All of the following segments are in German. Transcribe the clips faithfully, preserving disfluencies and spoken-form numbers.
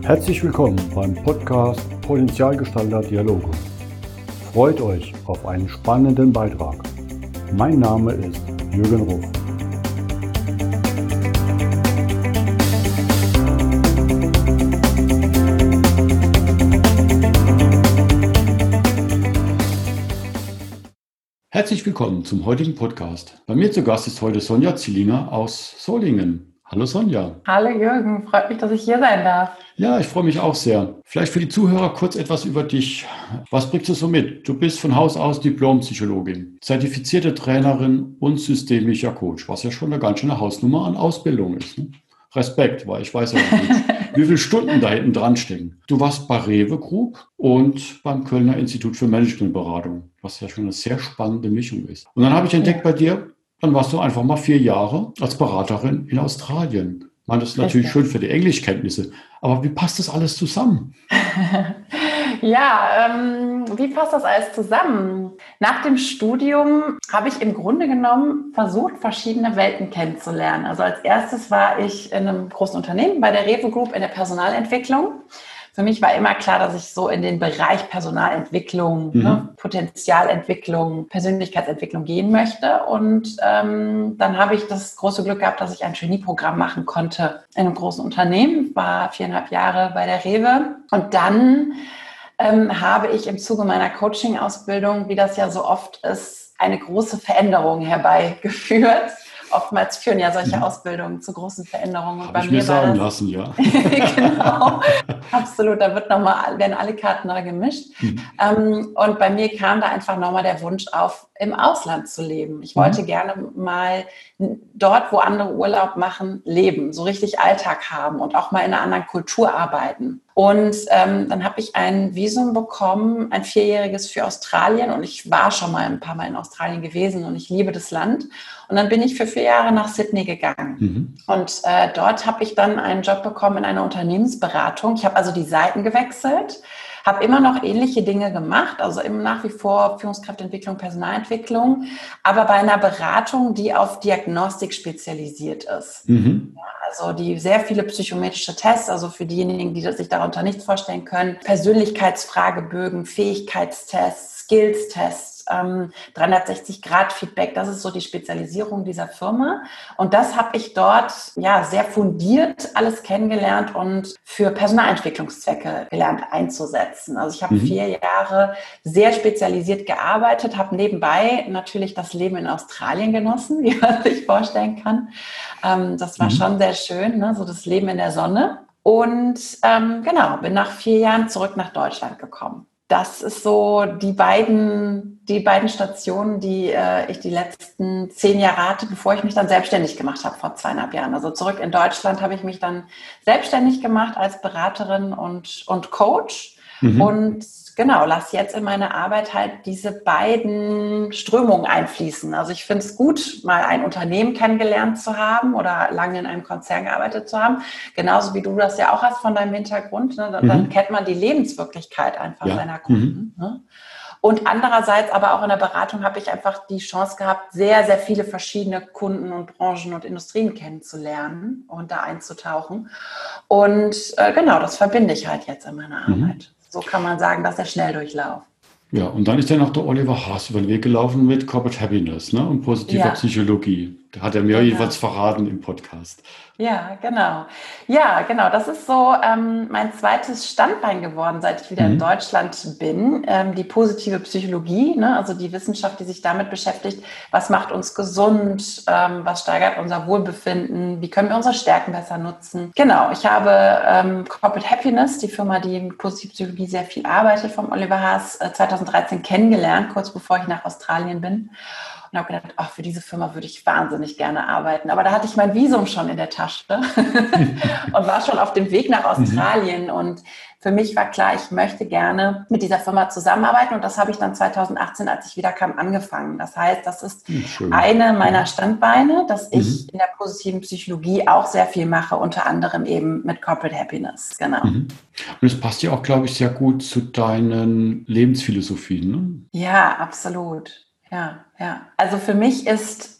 Herzlich willkommen beim Podcast Potenzialgestalter Dialoge. Freut euch auf einen spannenden Beitrag. Mein Name ist Jürgen Ruf. Herzlich willkommen zum heutigen Podcast. Bei mir zu Gast ist heute Sonja Zillinger aus Solingen. Hallo Sonja. Hallo Jürgen, freut mich, dass ich hier sein darf. Ja, ich freue mich auch sehr. Vielleicht für die Zuhörer kurz etwas über dich. Was bringst du so mit? Du bist von Haus aus Diplompsychologin, zertifizierte Trainerin und systemischer Coach, was ja schon eine ganz schöne Hausnummer an Ausbildung ist. Ne? Respekt, weil ich weiß ja nicht, wie viele Stunden da hinten dran stecken. Du warst bei Rewe Group und beim Kölner Institut für Managementberatung, was ja schon eine sehr spannende Mischung ist. Und dann habe ich entdeckt bei dir, dann warst du einfach mal vier Jahre als Beraterin in Australien. Ich meine, das ist natürlich schön für die Englischkenntnisse. Aber wie passt das alles zusammen? Ja, ähm, wie passt das alles zusammen? Nach dem Studium habe ich im Grunde genommen versucht, verschiedene Welten kennenzulernen. Also als erstes war ich in einem großen Unternehmen bei der Rewe Group in der Personalentwicklung. Für mich war immer klar, dass ich so in den Bereich Personalentwicklung, mhm. ne, Potenzialentwicklung, Persönlichkeitsentwicklung gehen möchte. Und ähm, dann habe ich das große Glück gehabt, dass ich ein Trainee-Programm machen konnte in einem großen Unternehmen, war viereinhalb Jahre bei der Rewe. Und dann ähm, habe ich im Zuge meiner Coaching-Ausbildung, wie das ja so oft ist, eine große Veränderung herbeigeführt. Oftmals führen ja solche Ausbildungen zu großen Veränderungen. Und Hab bei ich mir mir sagen das, lassen, ja. Genau, absolut. Da wird noch mal, werden alle Karten neu gemischt. Mhm. Ähm, und bei mir kam da einfach nochmal der Wunsch auf, im Ausland zu leben. Ich wollte mhm. gerne mal dort, wo andere Urlaub machen, leben, so richtig Alltag haben und auch mal in einer anderen Kultur arbeiten. Und ähm, dann habe ich ein Visum bekommen, ein vierjähriges für Australien. Und ich war schon mal ein paar Mal in Australien gewesen und ich liebe das Land. Und dann bin ich für vier Jahre nach Sydney gegangen. Mhm. Und äh, dort habe ich dann einen Job bekommen in einer Unternehmensberatung. Ich habe also die Seiten gewechselt, habe immer noch ähnliche Dinge gemacht, also immer nach wie vor Führungskraftentwicklung, Personalentwicklung, aber bei einer Beratung, die auf Diagnostik spezialisiert ist. Mhm. Ja, also die sehr viele psychometrische Tests, also für diejenigen, die sich darunter nichts vorstellen können, Persönlichkeitsfragebögen, Fähigkeitstests, Skills-Tests, ähm, dreihundertsechzig Grad Feedback, das ist so die Spezialisierung dieser Firma. Und das habe ich dort ja sehr fundiert alles kennengelernt und für Personalentwicklungszwecke gelernt einzusetzen. Also ich habe mhm. vier Jahre sehr spezialisiert gearbeitet, habe nebenbei natürlich das Leben in Australien genossen, wie man sich vorstellen kann. Ähm, das war mhm. schon sehr schön, ne? So das Leben in der Sonne. Und ähm, genau, bin nach vier Jahren zurück nach Deutschland gekommen. Das ist so die beiden, die beiden Stationen, die äh, ich die letzten zehn Jahre hatte, bevor ich mich dann selbstständig gemacht habe vor zweieinhalb Jahren. Also zurück in Deutschland habe ich mich dann selbstständig gemacht als Beraterin und, und Coach. Mhm. Und genau, lasse jetzt in meine Arbeit halt diese beiden Strömungen einfließen. Also ich finde es gut, mal ein Unternehmen kennengelernt zu haben oder lange in einem Konzern gearbeitet zu haben. Genauso wie du das ja auch hast von deinem Hintergrund. Ne? Dann, mhm. dann kennt man die Lebenswirklichkeit einfach ja. seiner Kunden. Mhm. Ne? Und andererseits aber auch in der Beratung habe ich einfach die Chance gehabt, sehr, sehr viele verschiedene Kunden und Branchen und Industrien kennenzulernen und da einzutauchen. Und äh, genau, das verbinde ich halt jetzt in meiner mhm. Arbeit. So kann man sagen, dass der Schnelldurchlauf. Ja, und dann ist ja noch der Oliver Haas über den Weg gelaufen mit Corporate Happiness, ne, und positiver ja. Psychologie. Da hat er mir genau. jeweils verraten im Podcast. Ja, genau. Ja, genau. Das ist so ähm, mein zweites Standbein geworden, seit ich wieder mhm. in Deutschland bin. Ähm, die positive Psychologie, ne? Also die Wissenschaft, die sich damit beschäftigt, was macht uns gesund, ähm, was steigert unser Wohlbefinden, wie können wir unsere Stärken besser nutzen. Genau, ich habe ähm, Corporate Happiness, die Firma, die mit positive Psychologie sehr viel arbeitet, vom Oliver Haas, äh, zweitausenddreizehn kennengelernt, kurz bevor ich nach Australien bin. Und habe gedacht, ach, für diese Firma würde ich wahnsinnig gerne arbeiten. Aber da hatte ich mein Visum schon in der Tasche und war schon auf dem Weg nach Australien. Mhm. Und für mich war klar, ich möchte gerne mit dieser Firma zusammenarbeiten. Und das habe ich dann zweitausendachtzehn, als ich wiederkam, angefangen. Das heißt, das ist Schön. eine meiner Standbeine, dass mhm. ich in der positiven Psychologie auch sehr viel mache, unter anderem eben mit Corporate Happiness. Genau. Mhm. Und es passt ja auch, glaube ich, sehr gut zu deinen Lebensphilosophien, ne? Ja, absolut. Ja, ja. Also für mich ist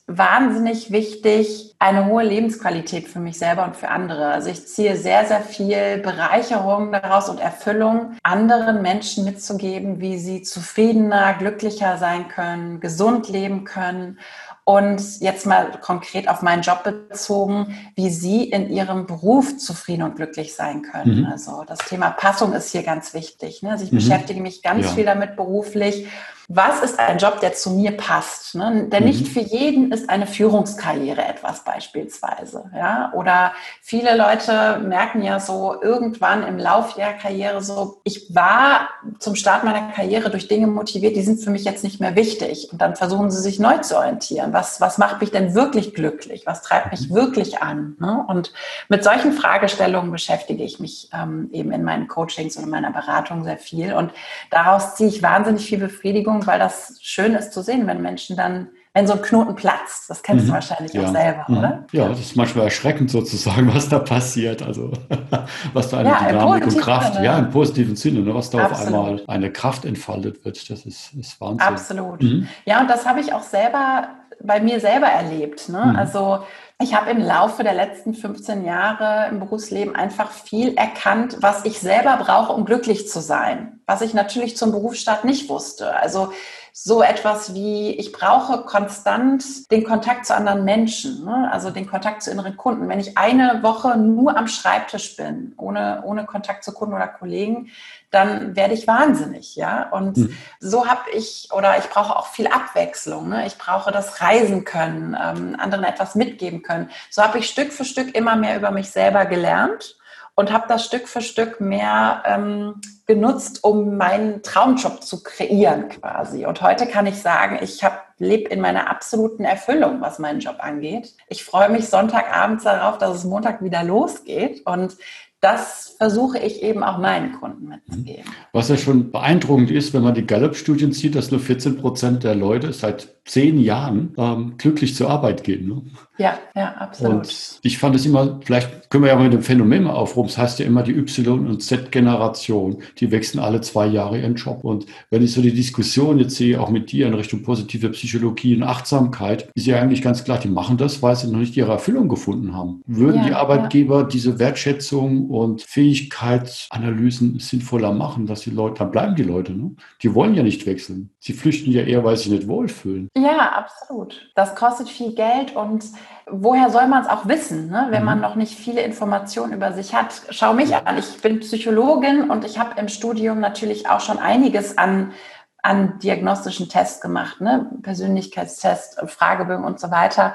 wahnsinnig wichtig, eine hohe Lebensqualität für mich selber und für andere. Also ich ziehe sehr, sehr viel Bereicherung daraus und Erfüllung, anderen Menschen mitzugeben, wie sie zufriedener, glücklicher sein können, gesund leben können. Und jetzt mal konkret auf meinen Job bezogen, wie Sie in Ihrem Beruf zufrieden und glücklich sein können. Mhm. Also das Thema Passung ist hier ganz wichtig. Also ich mhm. beschäftige mich ganz ja. viel damit beruflich. Was ist ein Job, der zu mir passt? Ne? Denn nicht für jeden ist eine Führungskarriere etwas beispielsweise. Ja? Oder viele Leute merken ja so irgendwann im Lauf der Karriere so, ich war zum Start meiner Karriere durch Dinge motiviert, die sind für mich jetzt nicht mehr wichtig. Und dann versuchen sie sich neu zu orientieren. Was, was macht mich denn wirklich glücklich? Was treibt mich wirklich an? Ne? Und mit solchen Fragestellungen beschäftige ich mich ähm, eben in meinen Coachings und in meiner Beratung sehr viel. Und daraus ziehe ich wahnsinnig viel Befriedigung, weil das schön ist zu sehen, wenn Menschen dann, wenn so ein Knoten platzt. Das kennst mhm. du wahrscheinlich ja. auch selber, mhm. oder? Ja, das ist manchmal erschreckend sozusagen, was da passiert. Also was da eine ja, Dynamik und Kraft, Sinne. ja, im positiven Sinne, ne, was da Absolut. auf einmal eine Kraft entfaltet wird. Das ist, ist Wahnsinn. Absolut. Mhm. Ja, und das habe ich auch selber bei mir selber erlebt. Ne? Mhm. Also ich habe im Laufe der letzten fünfzehn Jahre im Berufsleben einfach viel erkannt, was ich selber brauche, um glücklich zu sein. Was ich natürlich zum Berufsstart nicht wusste. Also so etwas wie, ich brauche konstant den Kontakt zu anderen Menschen, ne? Also den Kontakt zu inneren Kunden. Wenn ich eine Woche nur am Schreibtisch bin, ohne, ohne Kontakt zu Kunden oder Kollegen, dann werde ich wahnsinnig, ja. Und mhm. so habe ich, oder ich brauche auch viel Abwechslung, ne? Ich brauche das Reisen können, ähm, anderen etwas mitgeben können. So habe ich Stück für Stück immer mehr über mich selber gelernt und habe das Stück für Stück mehr ähm, genutzt, um meinen Traumjob zu kreieren quasi. Und heute kann ich sagen, ich lebe in meiner absoluten Erfüllung, was meinen Job angeht. Ich freue mich Sonntagabends darauf, dass es Montag wieder losgeht, und das versuche ich eben auch meinen Kunden mitzugeben. Was ja schon beeindruckend ist, wenn man die Gallup-Studien sieht, dass nur vierzehn Prozent der Leute seit zehn Jahren ähm, glücklich zur Arbeit gehen. Ne? Ja, ja, absolut. Und ich fand es immer, vielleicht können wir ja mal mit dem Phänomen mal aufrufen, das heißt ja immer, die Y- und Z-Generation, die wechseln alle zwei Jahre ihren Job. Und wenn ich so die Diskussion jetzt sehe, auch mit dir in Richtung positive Psychologie und Achtsamkeit, ist ja eigentlich ganz klar, die machen das, weil sie noch nicht ihre Erfüllung gefunden haben. Würden ja, die Arbeitgeber ja. diese Wertschätzung und Fähigkeitsanalysen sinnvoller machen, dass die Leute, dann bleiben die Leute, ne? Die wollen ja nicht wechseln. Sie flüchten ja eher, weil sie sich nicht wohlfühlen. Ja, absolut. Das kostet viel Geld, und woher soll man es auch wissen, ne? Wenn mhm. man noch nicht viele Informationen über sich hat? Schau mich an, ich bin Psychologin und ich habe im Studium natürlich auch schon einiges an, an diagnostischen Tests gemacht, ne? Persönlichkeitstests, Fragebögen und so weiter.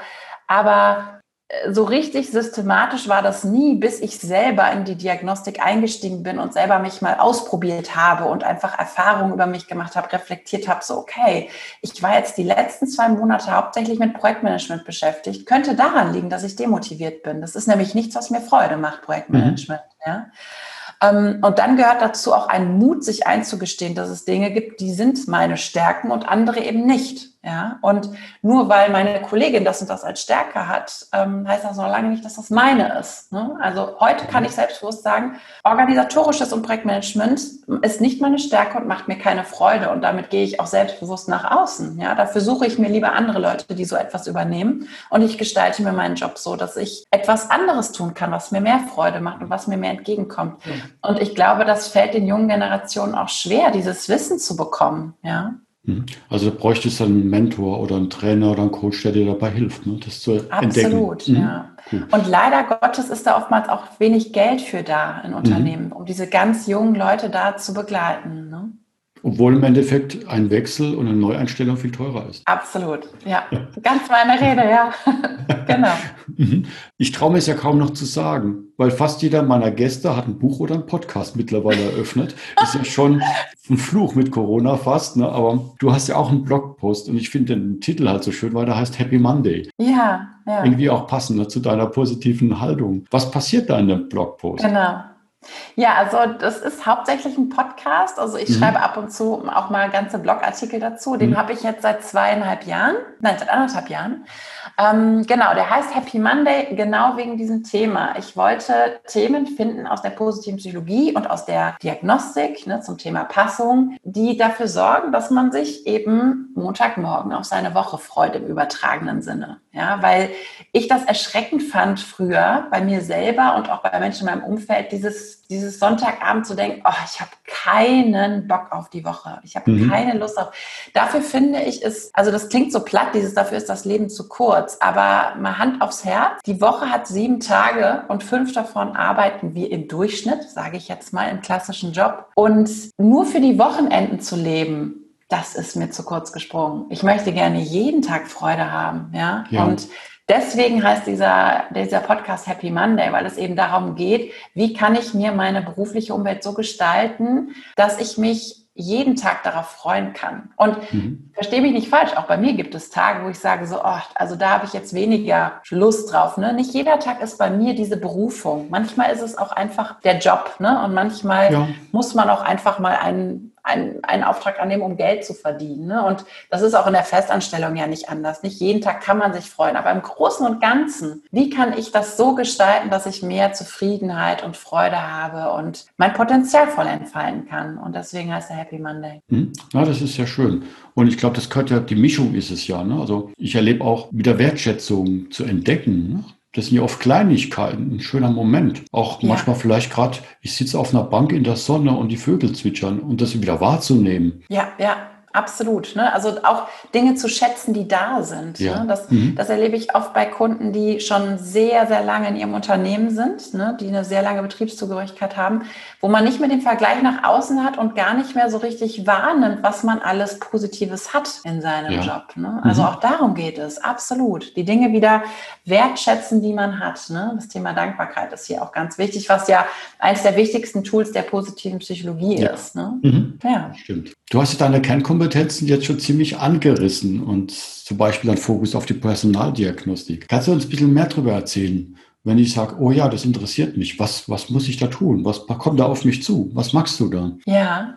Aber so richtig systematisch war das nie, bis ich selber in die Diagnostik eingestiegen bin und selber mich mal ausprobiert habe und einfach Erfahrungen über mich gemacht habe, reflektiert habe, so okay, ich war jetzt die letzten zwei Monate hauptsächlich mit Projektmanagement beschäftigt, könnte daran liegen, dass ich demotiviert bin. Das ist nämlich nichts, was mir Freude macht, Projektmanagement. Mhm. Ja. Und dann gehört dazu auch ein Mut, sich einzugestehen, dass es Dinge gibt, die sind meine Stärken und andere eben nicht. Ja, und nur weil meine Kollegin das und das als Stärke hat, ähm, heißt das noch lange nicht, dass das meine ist. Ne? Also heute kann ich selbstbewusst sagen, organisatorisches und Projektmanagement ist nicht meine Stärke und macht mir keine Freude. Und damit gehe ich auch selbstbewusst nach außen. Ja, dafür suche ich mir lieber andere Leute, die so etwas übernehmen. Und ich gestalte mir meinen Job so, dass ich etwas anderes tun kann, was mir mehr Freude macht und was mir mehr entgegenkommt. Mhm. Und ich glaube, das fällt den jungen Generationen auch schwer, dieses Wissen zu bekommen. Ja. Also da bräuchte es einen Mentor oder einen Trainer oder einen Coach, der dir dabei hilft, ne, das zu entdecken. Absolut, ja. Mhm. Und leider Gottes ist da oftmals auch wenig Geld für da in Unternehmen, mhm. um diese ganz jungen Leute da zu begleiten. Ne? Obwohl im Endeffekt ein Wechsel und eine Neueinstellung viel teurer ist. Absolut, ja. Ganz meine Rede, ja. Genau. Ich traue mir es ja kaum noch zu sagen, weil fast jeder meiner Gäste hat ein Buch oder einen Podcast mittlerweile eröffnet. Das ist ja schon ein Fluch mit Corona fast, ne? Aber du hast ja auch einen Blogpost, und ich finde den Titel halt so schön, weil der heißt Happy Monday. Ja, ja. Irgendwie auch passend, ne, zu deiner positiven Haltung. Was passiert da in dem Blogpost? Genau. Ja, also das ist hauptsächlich ein Podcast. Also ich mhm. schreibe ab und zu auch mal ganze Blogartikel dazu. Den mhm. habe ich jetzt seit zweieinhalb Jahren, nein, seit anderthalb Jahren. Ähm, genau, der heißt Happy Monday, genau wegen diesem Thema. Ich wollte Themen finden aus der positiven Psychologie und aus der Diagnostik, ne, zum Thema Passung, die dafür sorgen, dass man sich eben Montagmorgen auf seine Woche freut im übertragenen Sinne. Ja, weil ich das erschreckend fand früher bei mir selber und auch bei Menschen in meinem Umfeld, dieses, dieses Sonntagabend zu denken, oh, ich habe keinen Bock auf die Woche. Ich habe mhm. keine Lust auf. Dafür finde ich es, also das klingt so platt, dieses dafür ist das Leben zu kurz, aber mal Hand aufs Herz. Die Woche hat sieben Tage und fünf davon arbeiten wir im Durchschnitt, sage ich jetzt mal, im klassischen Job. Und nur für die Wochenenden zu leben, das ist mir zu kurz gesprungen. Ich möchte gerne jeden Tag Freude haben, ja. ja. Und deswegen heißt dieser, dieser Podcast Happy Monday, weil es eben darum geht, wie kann ich mir meine berufliche Umwelt so gestalten, dass ich mich jeden Tag darauf freuen kann. Und mhm. verstehe mich nicht falsch, auch bei mir gibt es Tage, wo ich sage so, oh, also da habe ich jetzt weniger Lust drauf. Ne? Nicht jeder Tag ist bei mir diese Berufung. Manchmal ist es auch einfach der Job, ne? Und manchmal ja. muss man auch einfach mal einen Einen, einen Auftrag annehmen, um Geld zu verdienen. Ne? Und das ist auch in der Festanstellung ja nicht anders. Nicht jeden Tag kann man sich freuen. Aber im Großen und Ganzen, wie kann ich das so gestalten, dass ich mehr Zufriedenheit und Freude habe und mein Potenzial voll entfalten kann? Und deswegen heißt er Happy Monday. Hm. Ja, das ist ja schön. Und ich glaube, das gehört ja, die Mischung ist es ja. Ne? Also ich erlebe auch wieder Wertschätzung zu entdecken. Ne? Das sind ja oft Kleinigkeiten, ein schöner Moment. Auch ja. manchmal vielleicht gerade, ich sitze auf einer Bank in der Sonne und die Vögel zwitschern und das wieder wahrzunehmen. Ja, ja. Absolut. Ne? Also auch Dinge zu schätzen, die da sind. Ja. Ne? Das, mhm. das erlebe ich oft bei Kunden, die schon sehr, sehr lange in ihrem Unternehmen sind, ne? Die eine sehr lange Betriebszugehörigkeit haben, wo man nicht mehr den Vergleich nach außen hat und gar nicht mehr so richtig wahrnimmt, was man alles Positives hat in seinem ja. Job. Ne? Also mhm. auch darum geht es, absolut. Die Dinge wieder wertschätzen, die man hat. Ne? Das Thema Dankbarkeit ist hier auch ganz wichtig, was ja eines der wichtigsten Tools der positiven Psychologie ja. ist. Ne? Mhm. Ja. Stimmt. Du hast deine Kernkompetenzen jetzt schon ziemlich angerissen und zum Beispiel einen Fokus auf die Personaldiagnostik. Kannst du uns ein bisschen mehr darüber erzählen? Wenn ich sage, oh ja, das interessiert mich, was, was muss ich da tun? Was kommt da auf mich zu? Was machst du da? Ja,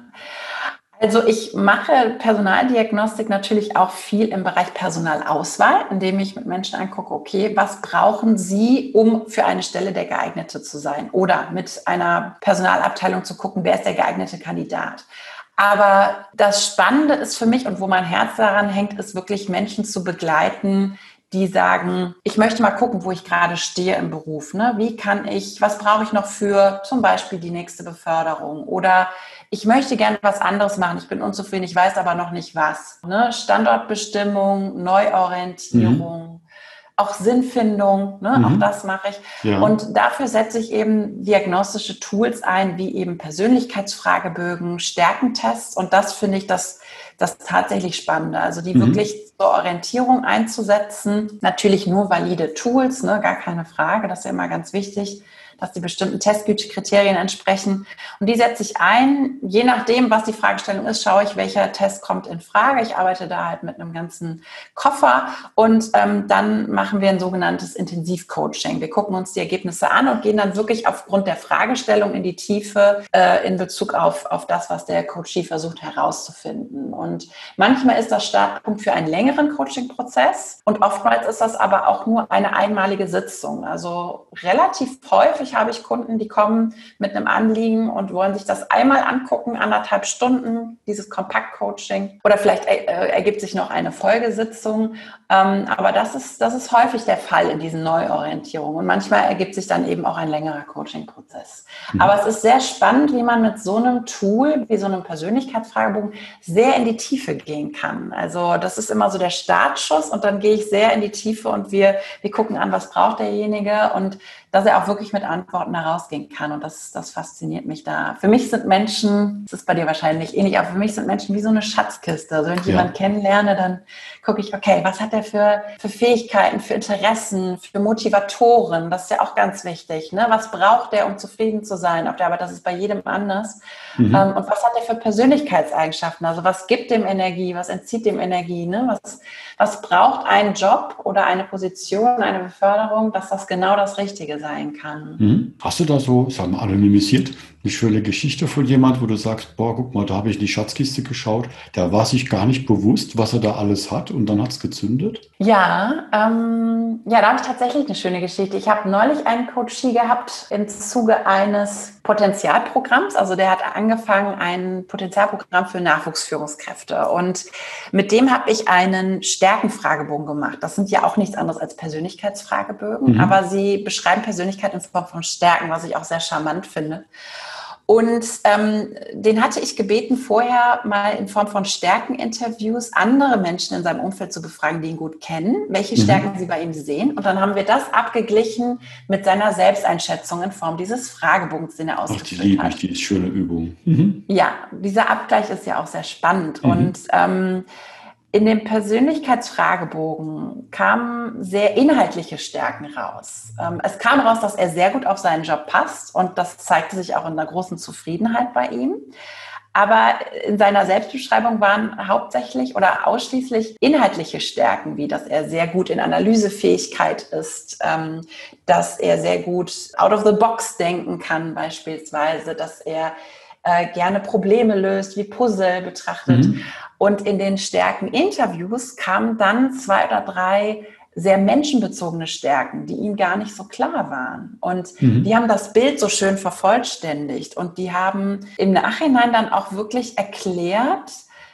also ich mache Personaldiagnostik natürlich auch viel im Bereich Personalauswahl, indem ich mit Menschen angucke, okay, was brauchen sie, um für eine Stelle der Geeignete zu sein? Oder mit einer Personalabteilung zu gucken, wer ist der geeignete Kandidat? Aber das Spannende ist für mich und wo mein Herz daran hängt, ist wirklich Menschen zu begleiten, die sagen, ich möchte mal gucken, wo ich gerade stehe im Beruf. Ne? Wie kann ich, was brauche ich noch für zum Beispiel die nächste Beförderung? Oder ich möchte gerne was anderes machen, ich bin unzufrieden, ich weiß aber noch nicht was. Ne? Standortbestimmung, Neuorientierung. Mhm. Auch Sinnfindung, ne? Mhm. Auch das mache ich. Ja. Und dafür setze ich eben diagnostische Tools ein, wie eben Persönlichkeitsfragebögen, Stärkentests. Und das finde ich das, das tatsächlich Spannende. Also die mhm. wirklich zur Orientierung einzusetzen. Natürlich nur valide Tools, ne? Gar keine Frage. Das ist ja immer ganz wichtig, dass die bestimmten Testgütekriterien entsprechen. Und die setze ich ein. Je nachdem, was die Fragestellung ist, schaue ich, welcher Test kommt in Frage. Ich arbeite da halt mit einem ganzen Koffer und ähm, dann machen wir ein sogenanntes Intensivcoaching. Wir gucken uns die Ergebnisse an und gehen dann wirklich aufgrund der Fragestellung in die Tiefe äh, in Bezug auf, auf das, was der Coachee versucht herauszufinden. Und manchmal ist das Startpunkt für einen längeren Coaching-Prozess und oftmals ist das aber auch nur eine einmalige Sitzung. Also relativ häufig habe ich Kunden, die kommen mit einem Anliegen und wollen sich das einmal angucken, anderthalb Stunden, dieses Kompakt-Coaching. Oder vielleicht äh, ergibt sich noch eine Folgesitzung. Ähm, aber das ist, das ist häufig der Fall in diesen Neuorientierungen. Und manchmal ergibt sich dann eben auch ein längerer Coaching-Prozess. Mhm. Aber es ist sehr spannend, wie man mit so einem Tool, wie so einem Persönlichkeitsfragebogen, sehr in die Tiefe gehen kann. Also das ist immer so der Startschuss und dann gehe ich sehr in die Tiefe und wir, wir gucken an, was braucht derjenige und dass er auch wirklich mit Antworten herausgehen kann. Und das, das fasziniert mich da. Für mich sind Menschen, das ist bei dir wahrscheinlich ähnlich, aber für mich sind Menschen wie so eine Schatzkiste. Also wenn ich ja. jemanden kennenlerne, dann gucke ich, okay, was hat er für, für Fähigkeiten, für Interessen, für Motivatoren? Das ist ja auch ganz wichtig. Ne? Was braucht er, um zufrieden zu sein? Aber das ist bei jedem anders. Mhm. Und was hat er für Persönlichkeitseigenschaften? Also was gibt dem Energie? Was entzieht dem Energie? Ne? Was, was braucht ein Job oder eine Position, eine Beförderung, dass das genau das Richtige sein kann? Mhm. Hast du da so, sagen wir, anonymisiert eine schöne Geschichte von jemand, wo du sagst, boah, guck mal, da habe ich in die Schatzkiste geschaut, da war sich gar nicht bewusst, was er da alles hat und dann hat es gezündet? Ja, ähm, ja, da habe ich tatsächlich eine schöne Geschichte. Ich habe neulich einen Coachie gehabt im Zuge eines Potenzialprogramms. Also der hat angefangen, ein Potenzialprogramm für Nachwuchsführungskräfte. Und mit dem habe ich einen Stärkenfragebogen gemacht. Das sind ja auch nichts anderes als Persönlichkeitsfragebögen, mhm. aber sie beschreiben Persönlichkeit in Form von Stärken, was ich auch sehr charmant finde. Und ähm, den hatte ich gebeten, vorher mal in Form von Stärkeninterviews andere Menschen in seinem Umfeld zu befragen, die ihn gut kennen, welche Stärken mhm. sie bei ihm sehen. Und dann haben wir das abgeglichen mit seiner Selbsteinschätzung in Form dieses Fragebogens, den er ausgefüllt hat. Ach, die liebe ich, die ist schöne Übung. Mhm. Ja, dieser Abgleich ist ja auch sehr spannend. Mhm. Und ähm, in dem Persönlichkeitsfragebogen kamen sehr inhaltliche Stärken raus. Es kam raus, dass er sehr gut auf seinen Job passt und das zeigte sich auch in einer großen Zufriedenheit bei ihm. Aber in seiner Selbstbeschreibung waren hauptsächlich oder ausschließlich inhaltliche Stärken, wie dass er sehr gut in Analysefähigkeit ist, dass er sehr gut out of the box denken kann beispielsweise, dass er gerne Probleme löst, wie Puzzle betrachtet. Mhm. Und in den Stärken-Interviews kamen dann zwei oder drei sehr menschenbezogene Stärken, die ihm gar nicht so klar waren. Und mhm. die haben das Bild so schön vervollständigt. Und die haben im Nachhinein dann auch wirklich erklärt,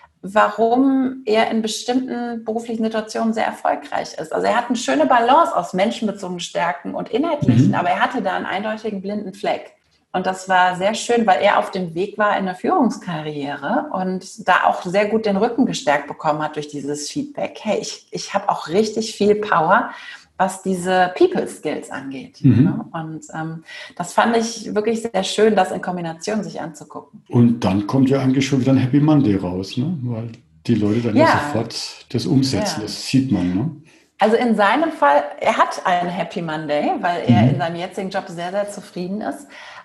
warum er in bestimmten beruflichen Situationen sehr erfolgreich ist. Also er hat eine schöne Balance aus menschenbezogenen Stärken und inhaltlichen, mhm. aber er hatte da einen eindeutigen blinden Fleck. Und das war sehr schön, weil er auf dem Weg war in der Führungskarriere und da auch sehr gut den Rücken gestärkt bekommen hat durch dieses Feedback. Hey, ich, ich habe auch richtig viel Power, was diese People Skills angeht. Mhm. Ne? Und ähm, das fand ich wirklich sehr schön, das in Kombination sich anzugucken. Und dann kommt ja eigentlich schon wieder ein Happy Monday raus, ne? Weil die Leute dann ja, ja sofort das umsetzen, ja. Das sieht man, ne? Also in seinem Fall, er hat einen Happy Monday, weil er mhm. in seinem jetzigen Job sehr, sehr zufrieden ist.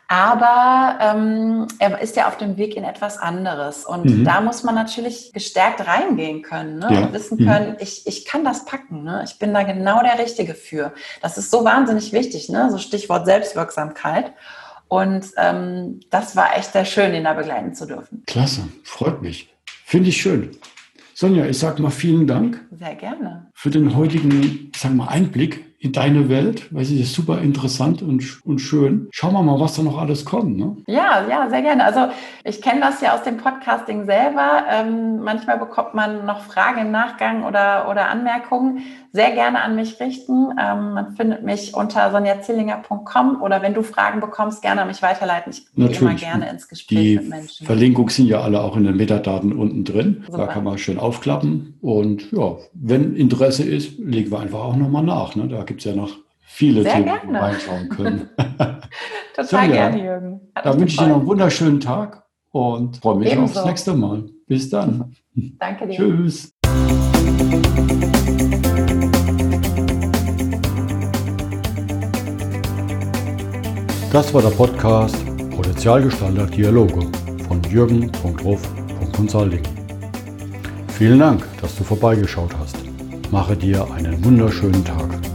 Aber ähm, er ist ja auf dem Weg in etwas anderes. Und mhm. da muss man natürlich gestärkt reingehen können, ne? Ja. Und wissen können, mhm. ich, ich kann das packen. Ne? Ich bin da genau der Richtige für. Das ist so wahnsinnig wichtig, ne? So Stichwort Selbstwirksamkeit. Und ähm, das war echt sehr schön, ihn da begleiten zu dürfen. Klasse, freut mich. Finde ich schön. Sonja, ich sage mal vielen Dank. Sehr gerne. Für den heutigen, ich sag mal, Einblick in deine Welt, weil sie ist super interessant und, und schön. Schauen wir mal, was da noch alles kommt. Ne? Ja, ja, sehr gerne. Also ich kenne das ja aus dem Podcasting selber. Ähm, manchmal bekommt man noch Fragen im Nachgang oder, oder Anmerkungen. Sehr gerne an mich richten. Ähm, man findet mich unter sonja zillinger punkt com oder wenn du Fragen bekommst, gerne an mich weiterleiten. Ich gehe immer gerne ins Gespräch Die mit Menschen. Die Verlinkungen sind ja alle auch in den Metadaten unten drin. Super. Da kann man schön aufklappen. Und ja, wenn Interesse ist, legen wir einfach auch nochmal nach. Ne? Da gibt es ja noch viele Sehr Themen, gerne. die wir reinschauen können. Total Sonja, gerne, Jürgen. Hat dann wünsche ich dir noch einen wunderschönen Tag und freue mich Ebenso. aufs nächste Mal. Bis dann. Danke dir. Tschüss. Das war der Podcast Potenzialgestalter Dialoge von jürgen punkt ruff punkt consulting. Vielen Dank, dass du vorbeigeschaut hast. Mache dir einen wunderschönen Tag.